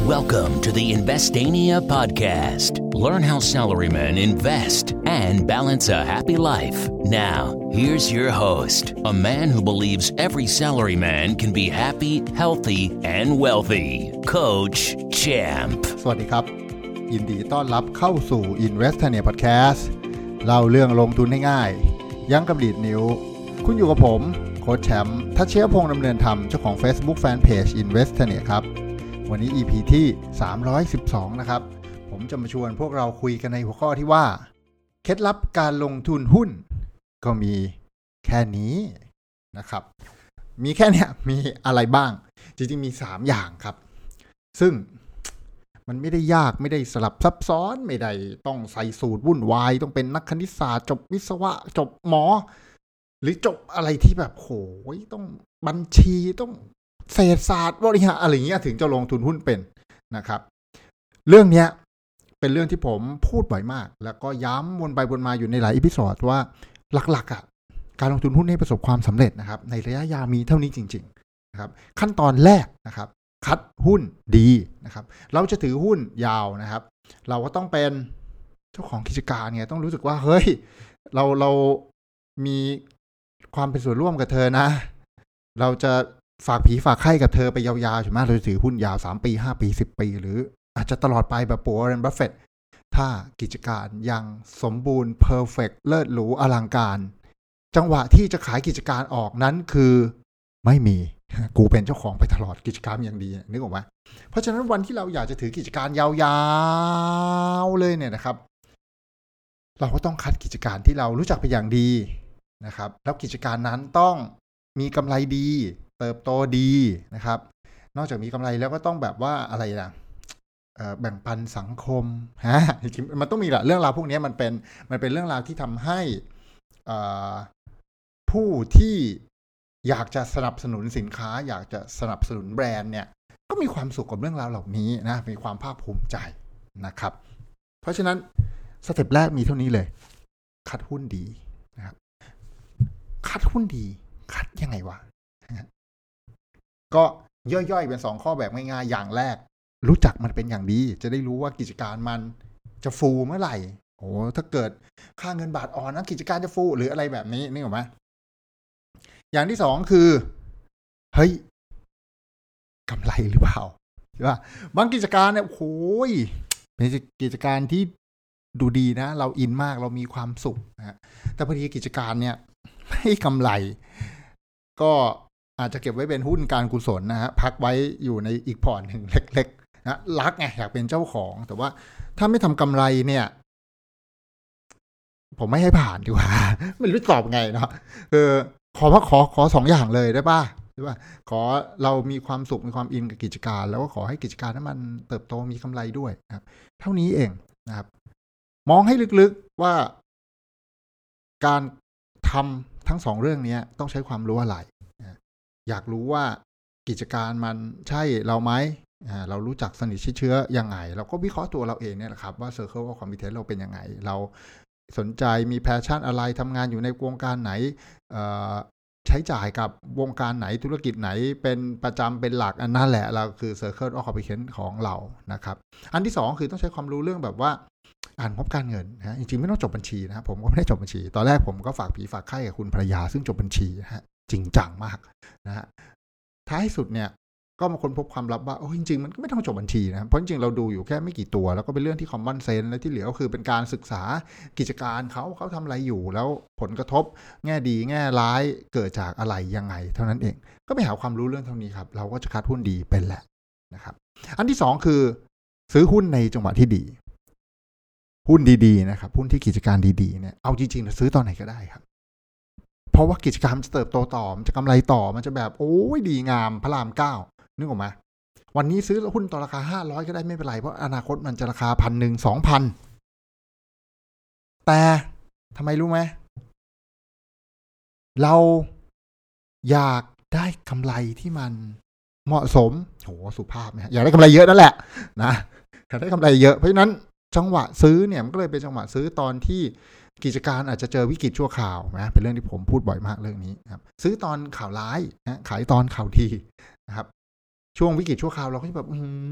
Welcome to the Investania podcast. Learn how salarymen invest and balance a happy life. Now, here's your host, a man who believes every salaryman can be happy, healthy, and wealthy, Coach Champ. สวัสดีครับยินดีต้อนรับเข้าสู่ Investania podcast เล่าเรื่องลงทุนให้ง่ายยั้งกับดีดนิ้วคุณอยู่กับผมโค้ชแชมป์ทัชเชยพงษ์ดำเนินธรรมเจ้าของ Facebook Fanpage Investania ครับวันนี้ EP ที่312นะครับผมจะมาชวนพวกเราคุยกันในหัวข้อที่ว่าเคล็ดลับการลงทุนหุ้นก็มีแค่นี้นะครับมีแค่เนี้ยมีอะไรบ้างจริงๆมี3อย่างครับซึ่งมันไม่ได้ยากไม่ได้สลับซับซ้อนไม่ได้ต้องใส่สูตรวุ่นวายต้องเป็นนักคณิตศาสตร์จบวิศวะจบหมอหรือจบอะไรที่แบบโหยต้องบัญชีต้องเศรษฐศาสตร์บริหารอะไรอย่างเงี้ยถึงจะลงทุนหุ้นเป็นนะครับเรื่องเนี้ยเป็นเรื่องที่ผมพูดบ่อยมากแล้วก็ย้ำวนไปวนมาอยู่ในหลายอีพิโซดว่าหลักๆอ่ะการลงทุนหุ้นให้ประสบความสำเร็จนะครับในระยะยาวมีเท่านี้จริงๆนะครับขั้นตอนแรกนะครับคัดหุ้นดีนะครับเราจะถือหุ้นยาวนะครับเราก็ต้องเป็นเจ้าของกิจการไงต้องรู้สึกว่าเฮ้ยเรามีความเป็นส่วนร่วมกับเธอนะเราจะฝากผีฝากไข้กับเธอไปยาวๆใช่ไหมเราจะถือหุ้นยาว3ปี5ปี10ปีหรืออาจจะตลอดไปแบบวอร์เรน บัฟเฟตต์ถ้ากิจการยังสมบูรณ์เพอร์เฟกต์เลิศหรูอลังการจังหวะที่จะขายกิจการออกนั้นคือไม่มีกูเป็นเจ้าของไปตลอดกิจการอย่างดีนึกออกไหมเพราะฉะนั้นวันที่เราอยากจะถือกิจการยาวๆเลยเนี่ยนะครับเราก็ต้องคัดกิจการที่เรารู้จักเป็นอย่างดีนะครับแล้วกิจการนั้นต้องมีกำไรดีเติบโตดีนะครับนอกจากมีกำไรแล้วก็ต้องแบบว่าอะไรนะแบ่งปันสังคมจริงๆมันต้องมีแหละเรื่องราวพวกนี้มันเป็นเรื่องราวที่ทำให้ผู้ที่อยากจะสนับสนุนสินค้าอยากจะสนับสนุนแบรนด์เนี่ยก็มีความสุขกับเรื่องราวเหล่านี้นะมีความภาคภูมิใจนะครับเพราะฉะนั้นสเต็ปแรกมีเท่านี้เลยคัดหุ้นดีนะครับคัดหุ้นดีคัดยังไงวะก็ย่อยๆเป็น2ข้อแบบง่ายๆอย่างแรกรู้จักมันเป็นอย่างดีจะได้รู้ว่ากิจการมันจะฟูเมื่อไหร่โอ้ถ้าเกิดค่าเงินบาทอ่อนนะกิจการจะฟูหรืออะไรแบบนี้นึกออกไหมอย่างที่2คือเฮ้ยกำไรหรือเปล่าใช่ป่ะบางกิจการเนี่ยโอ้ยเป็นกิจการที่ดูดีนะเราอินมากเรามีความสุขนะแต่พอดีกิจการเนี่ยไม่กำไรก็อาจจะเก็บไว้เป็นหุ้นการกุศลนะฮะพักไว้อยู่ในอีกพอร์ตหนึ่งเล็กๆนะรักไงอยากเป็นเจ้าของแต่ว่าถ้าไม่ทำกำไรเนี่ยผมไม่ให้ผ่านดีกว่าไม่รู้ตอบไงเนาะขอ2อย่างเลยได้ป่ะใช่ป่ะขอเรามีความสุขมีความอินกับกิจการแล้วก็ขอให้กิจการนั้นมันเติบโตมีกำไรด้วยนะครับเท่านี้เองนะครับมองให้ลึกๆว่าการทำทั้ง2เรื่องนี้ต้องใช้ความรู้อะไรอยากรู้ว่ากิจการมันใช่เราไหมเรารู้จักสนิทชิดเชื้อยังไงเราก็วิเคราะห์ตัวเราเองเนี่ยแหละครับว่า Circle of Competence เราเป็นยังไงเราสนใจมีแพชชั่นอะไรทำงานอยู่ในวงการไหนใช้จ่ายกับวงการไหนธุรกิจไหนเป็นประจำเป็นหลักอันนั้นแหละเราคือ Circle of Competence ของเรานะครับอันที่2คือต้องใช้ความรู้เรื่องแบบว่าอ่านงบการเงินนะจริงๆไม่ต้องจบบัญชีนะครับผมก็ไม่ได้จบบัญชีตอนแรกผมก็ฝากผีฝากไข้กับคุณภรรยาซึ่งจบบัญชีนะฮะจริงจังมากนะฮะท้ายสุดเนี่ยก็มาค้นพบความลับว่าโอ้จริงๆมันก็ไม่ต้องจบบัญชีนะเพราะจริงๆเราดูอยู่แค่ไม่กี่ตัวแล้วก็เป็นเรื่องที่ common sense และที่เหลือก็คือเป็นการศึกษากิจการเขาทำอะไรอยู่แล้วผลกระทบแง่ดีแง่ร้ายเกิดจากอะไรยังไงเท่านั้นเองก็ไปหาความรู้เรื่องเท่านี้ครับเราก็จะคัดหุ้นดีเป็นแหละนะครับอันที่2คือซื้อหุ้นในจังหวะที่ดีหุ้นดีๆนะครับหุ้นที่กิจการดีๆเนี่ยเอาจริงๆซื้อตอนไหนก็ได้ครับเพราะว่ากิจการมันจะเติบโตต่อมันจะกำไรต่อมันจะแบบโอ้ยดีงามพระราม9นึกออกไหมวันนี้ซื้อหุ้นต่อราคา500ก็ได้ไม่เป็นไรเพราะอนาคตมันจะราคา 1,000 2,000 แต่ทำไมรู้ไหมเราอยากได้กำไรที่มันเหมาะสมโหสุภาพไหมอยากได้กำไรเยอะนั่นแหละนะอยากได้กำไรเยอะเพราะฉะนั้นจังหวะซื้อเนี่ยมันก็เลยเป็นจังหวะซื้อตอนที่กิจการอาจจะเจอวิกฤตชั่วคราวนะเป็นเรื่องที่ผมพูดบ่อยมากเรื่องนี้ครับซื้อตอนข่าวร้ายนะขายตอนข่าวดีนะครับช่วงวิกฤตชั่วคราวเราก็จะแบบ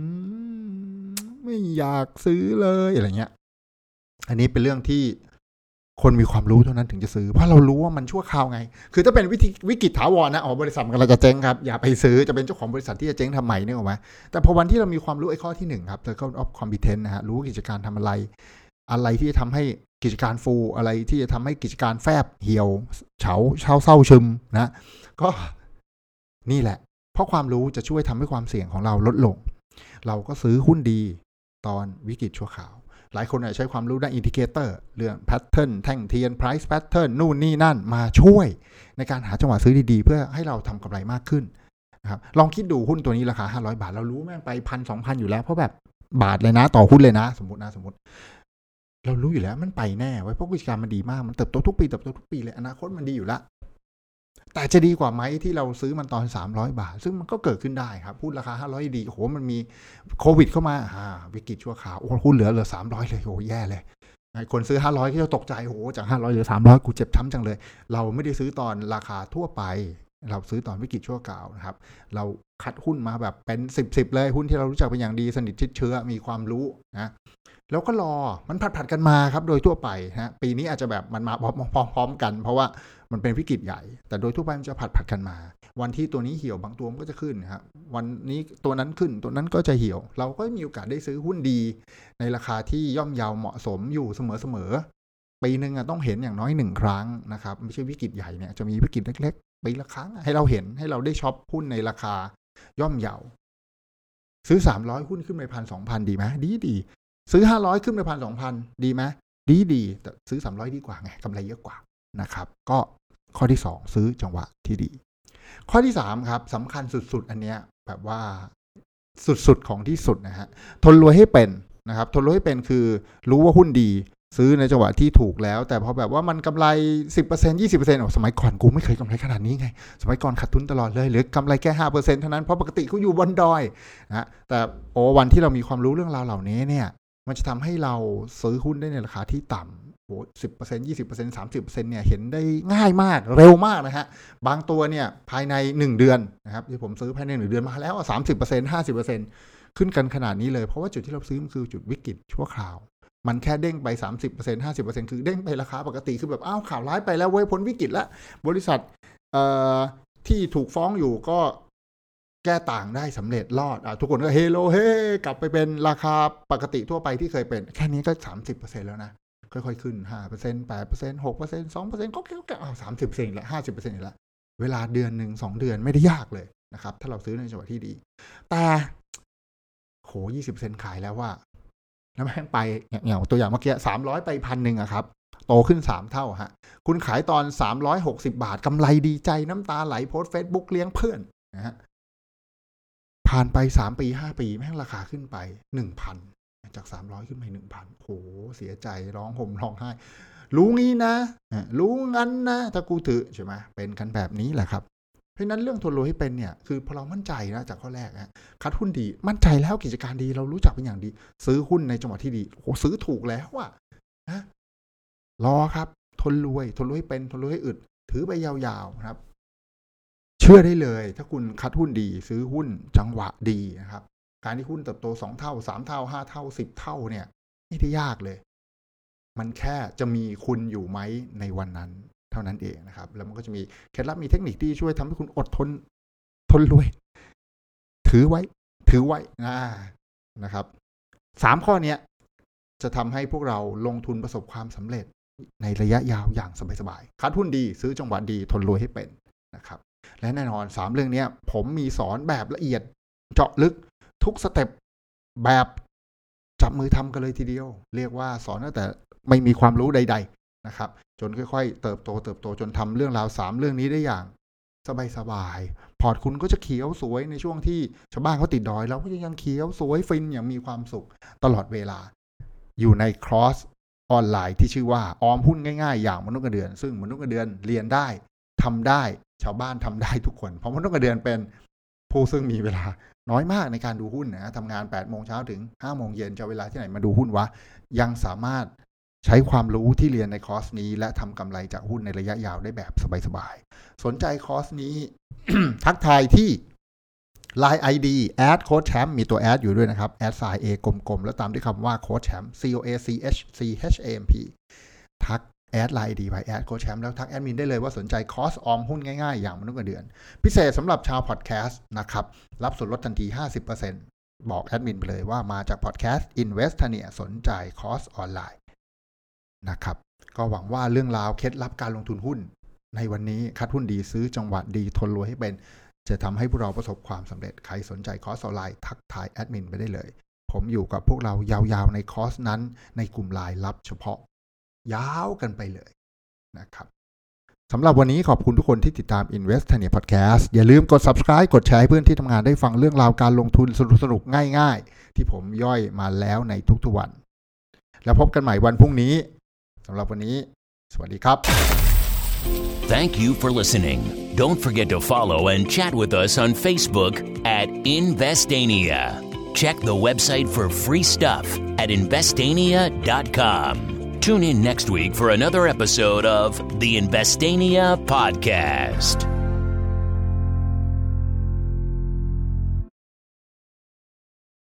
ไม่อยากซื้อเลยอะไรเงี้ยอันนี้เป็นเรื่องที่คนมีความรู้เท่านั้นถึงจะซื้อเพราะเรารู้ว่ามันชั่วคราวไงคือถ้าเป็นวิกฤตถาวรนะบริษัทมันจะเจ๊งครับอย่าไปซื้อจะเป็นเจ้าของบริษัทที่จะเจ๊งทำไมเนี่ยหรอไหมแต่พอวันที่เรามีความรู้ไอ้ข้อที่1ครับ Circle of Competence นะฮะรู้กิจการทำอะไรที่จะทำให้กิจการฟูอะไรที่จะทำให้กิจการแฟบเหี่ยวเฉาเศร้าซึมนะก็นี่แหละเพราะความรู้จะช่วยทำให้ความเสี่ยงของเราลดลงเราก็ซื้อหุ้นดีตอนวิกฤตชั่วคราวหลายคนใช้ความรู้ด้านอินดิเคเตอร์เรื่องแพทเทิร์นแท่งเทียน price pattern นู่นนี่นั่นมาช่วยในการหาจังหวะซื้อดีๆเพื่อให้เราทำกำไรมากขึ้นนะครับลองคิดดูหุ้นตัวนี้ราคา500 บาทเรารู้แม่งไป 1,000-2,000 อยู่แล้วเพราะแบบบาทเลยนะต่อหุ้นเลยนะสมมติเรารู้อยู่แล้วมันไปแน่ไว้เพราะกิจการมันดีมากมันเติบโตทุกปีเลยอนาคตมันดีอยู่แล้วแต่จะดีกว่าไหมที่เราซื้อมันตอน300 บาทซึ่งมันก็เกิดขึ้นได้ครับหุ้นราคา500ดีโอ้โหมันมีโควิดเข้ามาวิกฤตชั่วคราวโอ้หุ้นเหลือ300เลยโอ้แย่เลยคนซื้อ500ก็จะตกใจโอ้โหจาก500เหลือ300กูเจ็บช้ำจังเลยเราไม่ได้ซื้อตอนราคาทั่วไปเราซื้อตอนวิกฤตชั่วคราวนะครับเราคัดหุ้นมาแบบเป็น10เลยหุ้นที่เรารู้จักเป็นอย่างดีสนิทชิดเชื้อมีความรู้นะแล้วก็รอมันผัดกันมาครับโดยทั่วไปนะปีนี้อาจจะแบบมันมาพร้อมกันเพราะว่ามันเป็นวิกฤตใหญ่แต่โดยทั่วไปมันจะผัดกันมาวันที่ตัวนี้เหี่ยวบางตัวมันก็จะขึ้นครับวันนี้ตัวนั้นขึ้นตัวนั้นก็จะเหี่ยวเราก็มีโอกาสได้ซื้อหุ้นดีในราคาที่ย่อมเยาเหมาะสมอยู่เสมอปีนึงต้องเห็นอย่างน้อย1ครั้งนะครับไม่ใช่วิกฤตใหญ่เนี่ยจะมีวิกฤตเล็กๆปีละครั้งให้เราเห็นให้เราได้ช็อปหุ้นในราคาย่อมเยาซื้อ300หุ้นขึ้นไป 1,000-2,000 ดีไหมดีซื้อ500ขึ้นไป 1,000-2,000 ดีไหมดีแต่ซื้อ300ดีกว่าไงกำไรเยอะกว่านะครับก็ข้อที่2ซื้อจังหวะที่ดีข้อที่3ครับสำคัญสุดๆอันเนี้ยแบบว่าสุดๆของที่สุดนะฮะทนรวยให้เป็นนะครับทนรวยให้เป็นคือรู้ว่าหุ้นดีซื้อในจังหวะที่ถูกแล้วแต่พอแบบว่ามันกำไร 10% 20% สมัยก่อนกูไม่เคยกำไรขนาดนี้ไงสมัยก่อนขาดทุนตลอดเลยหรือกำไรแค่ 5% เท่านั้นเพราะปกติเขาอยู่บนดอยนะแต่วันที่เรามีความรู้เรื่องราวเหล่านี้เนี่ยมันจะทำให้เราซื้อหุ้นได้ในราคาที่ต่ำ10% 20% 30% เนี่ยเห็นได้ง่ายมากเร็วมากนะฮะบางตัวเนี่ยภายใน1เดือนนะครับที่ผมซื้อภายใน1เดือนมาแล้ว 30% 50% ขึ้นกันขนาดนี้เลยเพราะว่าจุดที่เราซื้อมันคือจุดวิกฤตชั่วคราวมันแค่เด้งไป 30% 50% คือเด้งไปราคาปกติคือแบบข่าวร้ายไปแล้วเว้ยพ้นวิกฤตแล้วบริษัทที่ถูกฟ้องอยู่ก็แก้ต่างได้สำเร็จรอดทุกคนก็เฮโลเฮกลับไปเป็นราคาปกติทั่วไปที่เคยเป็นแค่นี้ก็ 30% แล้วนะค่อยๆขึ้น 5% 8% 6% 2% ก็30% แล้ว 50% อีกแล้วเวลาเดือนนึง2เดือนไม่ได้ยากเลยนะครับถ้าเราซื้อในจังหวะที่ดีแต่โห 20% ขายแล้วว่าแล้วแม่งไปอย่างตัวอย่างเมื่อกี้300ไป 1,000 อะครับโตขึ้น3เท่าฮะคุณขายตอน360 บาทกำไรดีใจน้ำตาไหลโพสต์ Facebook เลี้ยงเพื่อนนะฮะผ่านไป3ปี5ปีแม่งราคาขึ้นไป 1,000 จาก300ขึ้นไป 1,000 โหเสียใจร้องห่มร้องไห้รู้งี้นะรู้งั้นนะถ้ากูถือใช่ไหมเป็นกันแบบนี้แหละครับเพราะนั้นเรื่องทนรวยให้เป็นเนี่ยคือพอเรามั่นใจนะจากข้อแรกคัดหุ้นดีมั่นใจแล้วกิจการดีเรารู้จักเป็นอย่างดีซื้อหุ้นในจังหวะที่ดีโอ้ซื้อถูกแล้วนะรอครับทนรวยให้เป็นทนรวยให้อึดถือไปยาวๆนะครับเชื่อได้เลยถ้าคุณคัดหุ้นดีซื้อหุ้นจังหวะดีนะครับการที่หุ้นเติบโต2เท่า3เท่า5เท่า10เท่าเนี่ยไม่ได้ยากเลยมันแค่จะมีคุณอยู่ไหมในวันนั้นเท่านั้นเองนะครับแล้วมันก็จะมีเคล็ดลับมีเทคนิคที่ช่วยทำให้คุณอดทนรวยถือไว้นะครับ3ข้อนี้จะทำให้พวกเราลงทุนประสบความสำเร็จในระยะยาวอย่างสบายๆคัดหุ้นดีซื้อจังหวะดีทนรวยให้เป็นนะครับและแน่นอน3เรื่องนี้ผมมีสอนแบบละเอียดเจาะลึกทุกสเต็ปแบบจับมือทำกันเลยทีเดียวเรียกว่าสอนตั้งแต่ไม่มีความรู้ใดๆนะครับจนค่อยๆเติบโตจนทำเรื่องราว3เรื่องนี้ได้อย่างสบายๆพอร์ตคุณก็จะเขียวสวยในช่วงที่ชาวบ้านเขาติดดอยเราก็ยังเขียวสวยฟินอย่างมีความสุขตลอดเวลาอยู่ในคอร์สออนไลน์ที่ชื่อว่าออมหุ้นง่ายๆอย่างมนุษย์เงินเดือนซึ่งมนุษย์เงินเดือนเรียนได้ทำได้ชาวบ้านทำได้ทุกคนเพราะมนุษย์เงินเดือนเป็นผู้ซึ่งมีเวลาน้อยมากในการดูหุ้นนะทำงาน 8 โมงเช้าถึง 5 โมงเย็นจะเวลาที่ไหนมาดูหุ้นวะยังสามารถใช้ความรู้ที่เรียนในคอร์สนี้และทำกำไรจากหุ้นในระยะยาวได้แบบสบายๆสนใจคอร์สนี้ ทักทายที่ Line ID @CoachChamp มีตัว อยู่ด้วยนะครับ @sign A กลมๆแล้วตามด้วยคำว่า CoachChamp COACHCHAMP ทักLine ID ไป@CoachChamp แล้วทักแอดมินได้เลยว่าสนใจคอร์สออมหุ้นง่ายๆอย่างมนุษย์เงินเดือนพิเศษสำหรับชาวพอดแคสต์นะครับรับส่วนลดทันที 50% บอกแอดมินไปเลยว่ามาจากพอดแคสต์ Investania สนใจคอร์สออนไลน์นะครับก็หวังว่าเรื่องราวเคล็ดลับการลงทุนหุ้นในวันนี้คัดหุ้นดีซื้อจังหวะดีทนรวยให้เป็นจะทำให้พวกเราประสบความสำเร็จใครสนใจคอร์สออนไลน์ทักทายแอดมินไปได้เลยผมอยู่กับพวกเรายาวๆในคอร์สนั้นในกลุ่มไลน์ลับเฉพาะยาวกันไปเลยนะครับสำหรับวันนี้ขอบคุณทุกคนที่ติดตาม Investania Podcast อย่าลืมกด Subscribe กดแชร์ให้เพื่อนที่ทำงานได้ฟังเรื่องราวการลงทุนสนุกๆง่ายๆที่ผมย่อยมาแล้วในทุกๆวันแล้วพบกันใหม่วันพรุ่งนี้สำหรับวันนี้สวัสดีครับ Thank you for listening. Don't forget to follow and chat with us on Facebook @Investania. Check the website for free stuff at investania.com. Tune in next week for another episode of the Investania Podcast.